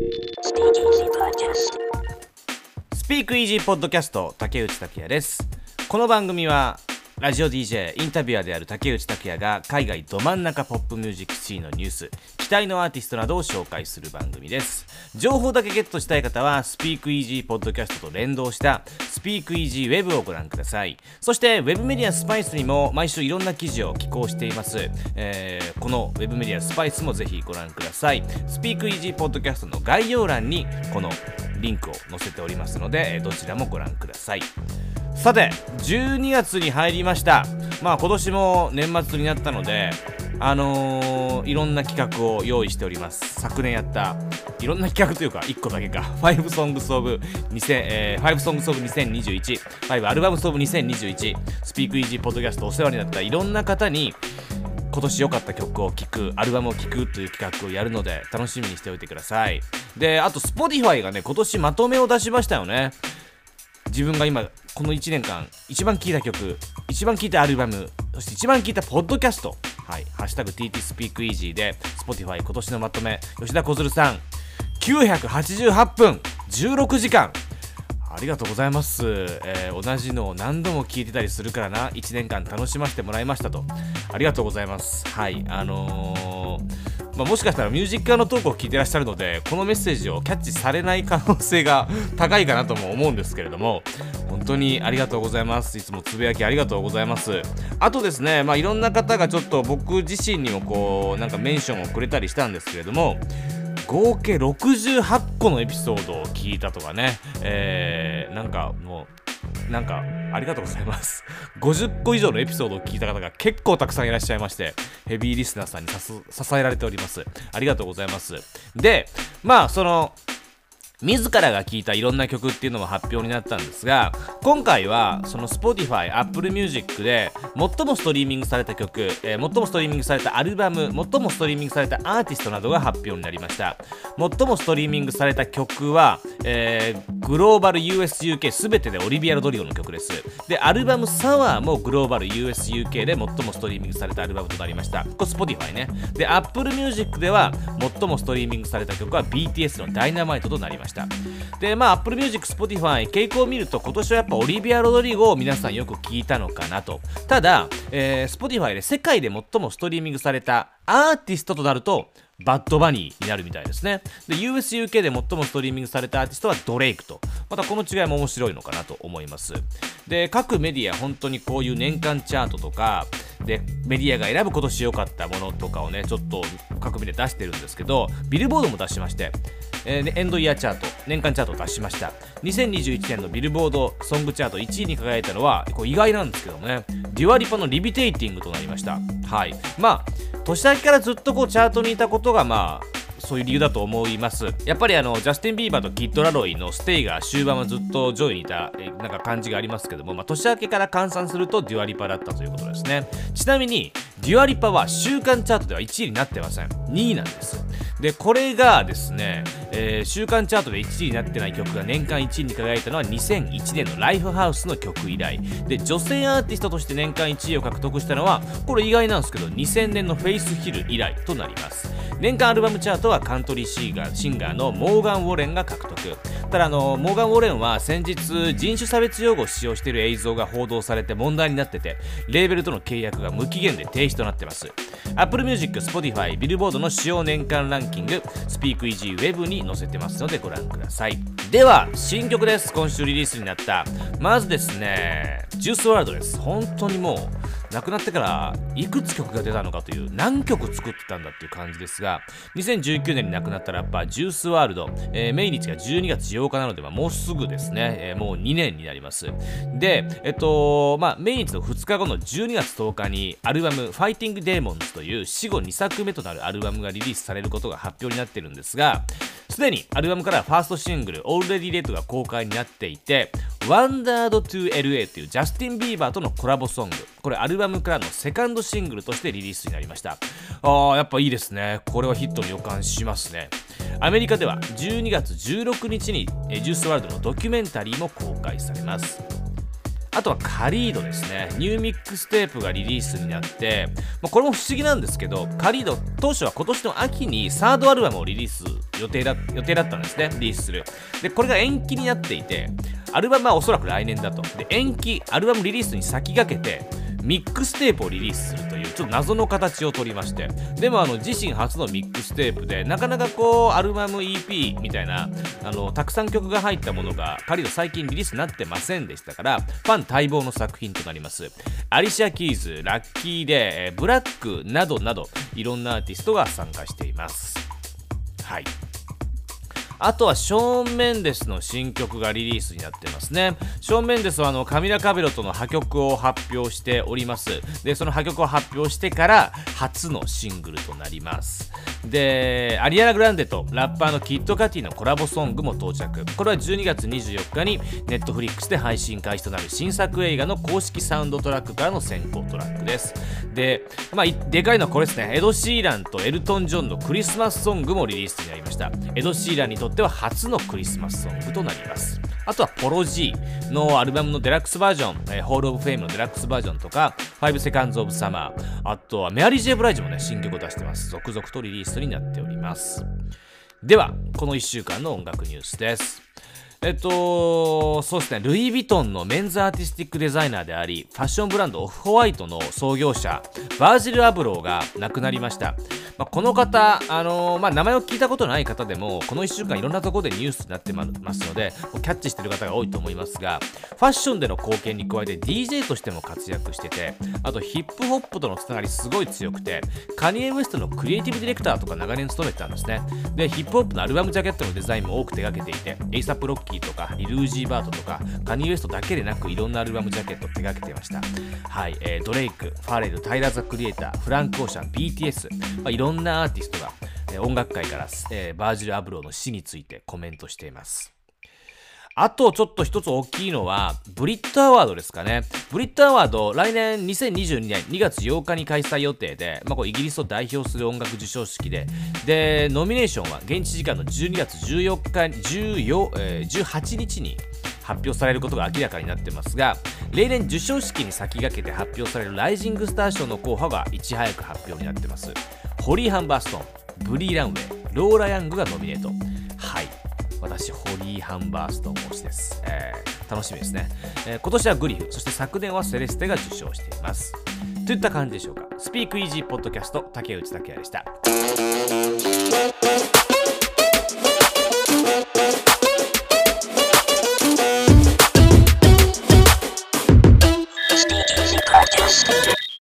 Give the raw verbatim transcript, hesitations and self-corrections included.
スピークイージーポッドキャスト、竹内拓也です。この番組はラジオ ディージェー、インタビュアーである竹内拓也が海外ど真ん中ポップミュージックシーンのニュース、期待のアーティストなどを紹介する番組です。情報だけゲットしたい方はスピークイージーポッドキャストと連動したスピークイージーウェブをご覧ください。そしてウェブメディアスパイスにも毎週いろんな記事を寄稿しています、えー、このウェブメディアスパイスもぜひご覧ください。スピークイージーポッドキャストの概要欄にこのリンクを載せておりますので、どちらもご覧ください。さて、じゅうにがつに入りました。まあ今年も年末になったので、あのー、いろんな企画を用意しております。昨年やったいろんな企画というかいっこだけか、ファイブソングスオブにせん、えー、ファイブソングスオブにせんにじゅういち、ファイブアルバムスオブにせんにじゅういち、スピークイージーポッドキャストお世話になったいろんな方に今年良かった曲を聴く、アルバムを聴くという企画をやるので楽しみにしておいてください。で、あと Spotify がね、今年まとめを出しましたよね。自分が今このいちねんかん一番聴いた曲、一番聴いたアルバム、そして一番聴いたポッドキャスト、はい、ハッシュタグ ティーティー スピークイージーで Spotify 今年のまとめ、吉田小鶴さんきゅうひゃくはちじゅうはっぷんじゅうろくじかん、ありがとうございます、えー、同じのを何度も聞いてたりするからな、いちねんかん楽しませてもらいましたと。ありがとうございます。はい、あのーまあ、もしかしたらミュージックアのトークを聞いてらっしゃるので、このメッセージをキャッチされない可能性が高いかなとも思うんですけれども、本当にありがとうございます。いつもつぶやきありがとうございます。あとですね、まあ、いろんな方がちょっと僕自身にもこうなんかメンションをくれたりしたんですけれども、合計ろくじゅうはっこのエピソードを聞いたとかね、えー、なんかもうなんかありがとうございます。ごじゅっこ以上のエピソードを聞いた方が結構たくさんいらっしゃいまして、ヘビーリスナーさんに支えられております。ありがとうございます。で、まあその自らが聴いたいろんな曲っていうのも発表になったんですが、今回はその Spotify、Apple Music で最もストリーミングされた曲、えー、最もストリーミングされたアルバム、最もストリーミングされたアーティストなどが発表になりました。最もストリーミングされた曲は、えー、グローバル ユーエスユーケー すべてでオリビア・ロドリゴの曲です。で、アルバムサワーもグローバル ユーエスユーケー で最もストリーミングされたアルバムとなりました。これ Spotify ね。で、Apple Music では最もストリーミングされた曲は ビーティーエス の Dynamite となりました。で、まあ Apple Music、Spotify 傾向を見ると今年はやっぱオリビア・ロドリゴを皆さんよく聞いたのかなと。ただ、えー、Spotify で世界で最もストリーミングされたアーティストとなるとバッドバニーになるみたいですね。で、ユーエスユーケー で最もストリーミングされたアーティストはドレイクと。またこの違いも面白いのかなと思います。で、各メディア本当にこういう年間チャートとかでメディアが選ぶ今年良かったものとかをね、ちょっと各メディア出してるんですけど、ビルボードも出しまして、えー、エンドイヤーチャート、年間チャートを出しました。にせんにじゅういちねんのビルボードソングチャートいちいに輝いたのはこう意外なんですけどね、デュアリパのリビテイティングとなりました。はい。まあ年明けからずっとこうチャートにいたことがまあそういう理由だと思います。やっぱりあのジャスティン・ビーバーとキッド・ラロイのステイが終盤はずっと上位にいたえなんか感じがありますけども、まあ、年明けから換算するとデュアリパだったということですね。ちなみにデュアリパは週間チャートではいちいになってません。にいなんです。で、これがですね、えー、週間チャートでいちいになってない曲が年間いちいに輝いたのはにせんいちねんのライフハウスの曲以来で、女性アーティストとして年間いちいを獲得したのはこれ意外なんですけどにせんねんのフェイスヒル以来となります。年間アルバムチャートはカントリーシンガー、シンガーのモーガン・ウォレンが獲得。ただあのモーガン・ウォレンは先日人種差別用語を使用している映像が報道されて問題になってて、レーベルとの契約が無期限で停止となってます。 Apple Music、Spotify、ビルボードの主要年間ランキング、スピークイージーウェブに載せてますのでご覧ください。では新曲です。今週リリースになった、まずですね、ジュースワールドです。本当にもう亡くなってからいくつ曲が出たのかという、何曲作ってたんだっていう感じですが、にせんじゅうきゅうねんに亡くなったラッパージュースワールド、えー、命日がじゅうにがつようかなので、まあ、もうすぐですね、えー、もうにねんになります。で、えっとまあ命日のふつかごのじゅうにがつとおかにアルバム Fighting Demons という死後にさくめとなるアルバムがリリースされることが発表になってるんですが、すでにアルバムからファーストシングル Already Red が公開になっていて、 Wandered to エルエー というジャスティン・ビーバーとのコラボソング、これアルバムからのセカンドシングルとしてリリースになりました。あー、やっぱいいですね。これはヒットの予感しますね。アメリカではじゅうにがつじゅうろくにちにジュースワールドのドキュメンタリーも公開されます。 あとはカリードですね。ニューミックステープがリリースになって、まあ、これも不思議なんですけど、カリード当初は今年の秋にサードアルバムをリリース予定だ予定だったんですね。リリースする。でこれが延期になっていて、アルバムはおそらく来年だと。で延期アルバムリリースに先駆けてミックステープをリリースするというちょっと謎の形を取りまして、でもあの自身初のミックステープでなかなかこうアルバム イーピー みたいなあのたくさん曲が入ったものがカリード最近リリースになってませんでしたから、ファン待望の作品となります。アリシャ・キーズ、ラッキーでブラックなどなどいろんなアーティストが参加しています。はい。あとはショーン・メンデスの新曲がリリースになってますね。ショーン・メンデスはあのカミラ・カベロとの破曲を発表しております。でその破曲を発表してから初のシングルとなります。でアリアナ・グランデとラッパーのキッド・カティのコラボソングも到着。これはじゅうにがつにじゅうよっかにネットフリックスで配信開始となる新作映画の公式サウンドトラックからの先行トラックです。で、まあ、でかいのはこれですね。エド・シーランとエルトン・ジョンのクリスマスソングもリリースになりました。エド・シーランにとっては初のクリスマスソングとなります。あとはポロ G のアルバムのデラックスバージョン、えー、ホールオブフェイムのデラックスバージョンとかファイブセカンズオブサマー、あとはメアリー・ジェイ・ブライジもね新曲を出してます。続々とリリースになっております。ではこのいっしゅうかんの音楽ニュースです。えっと、そうですね、ルイ・ヴィトンのメンズアーティスティックデザイナーであり、ファッションブランドオフホワイトの創業者、バージル・アブローが亡くなりました。まあ、この方、あのーまあ、名前を聞いたことない方でも、このいっしゅうかんいろんなところでニュースになってますので、キャッチしている方が多いと思いますが、ファッションでの貢献に加えて ディージェー としても活躍してて、あとヒップホップとのつながりすごい強くて、カニエ・ウエストのクリエイティブディレクターとか長年務めてたんですね。で、ヒップホップのアルバムジャケットのデザインも多く手掛けていて、エイサップ・ロッキーとかリルージー・バートとかカニエ・ウエストだけでなくいろんなアルバムジャケットを手掛けていました。はい、えー、ドレイク、ファレル、タイラー・ザ・クリエイター、フランク・オーシャン、ビーティーエス、まあ、いろんなアーティストが、えー、音楽界から、えー、バージル・アブローの死についてコメントしています。あとちょっと一つ大きいのはブリットアワードですかね。ブリットアワード来年にせんにじゅうにねんにがつようかに開催予定で、まあ、これイギリスを代表する音楽授賞式で、でノミネーションは現地時間のじゅうにがつじゅうよっかにじゅうよ、えー、じゅうはちにちに発表されることが明らかになってますが、例年授賞式に先駆けて発表されるライジングスター賞の候補がいち早く発表になってます。ホリー・ハンバーストーン、ブリー・ランウェイ、ローラ・ヤングがノミネート。はい、私ホリー・ハンバーストーン推しです、えー、楽しみですね、えー、今年はグリフ、そして昨年はセレステが受賞しています。といった感じでしょうか。スピークイージーポッドキャスト、竹内拓也でした。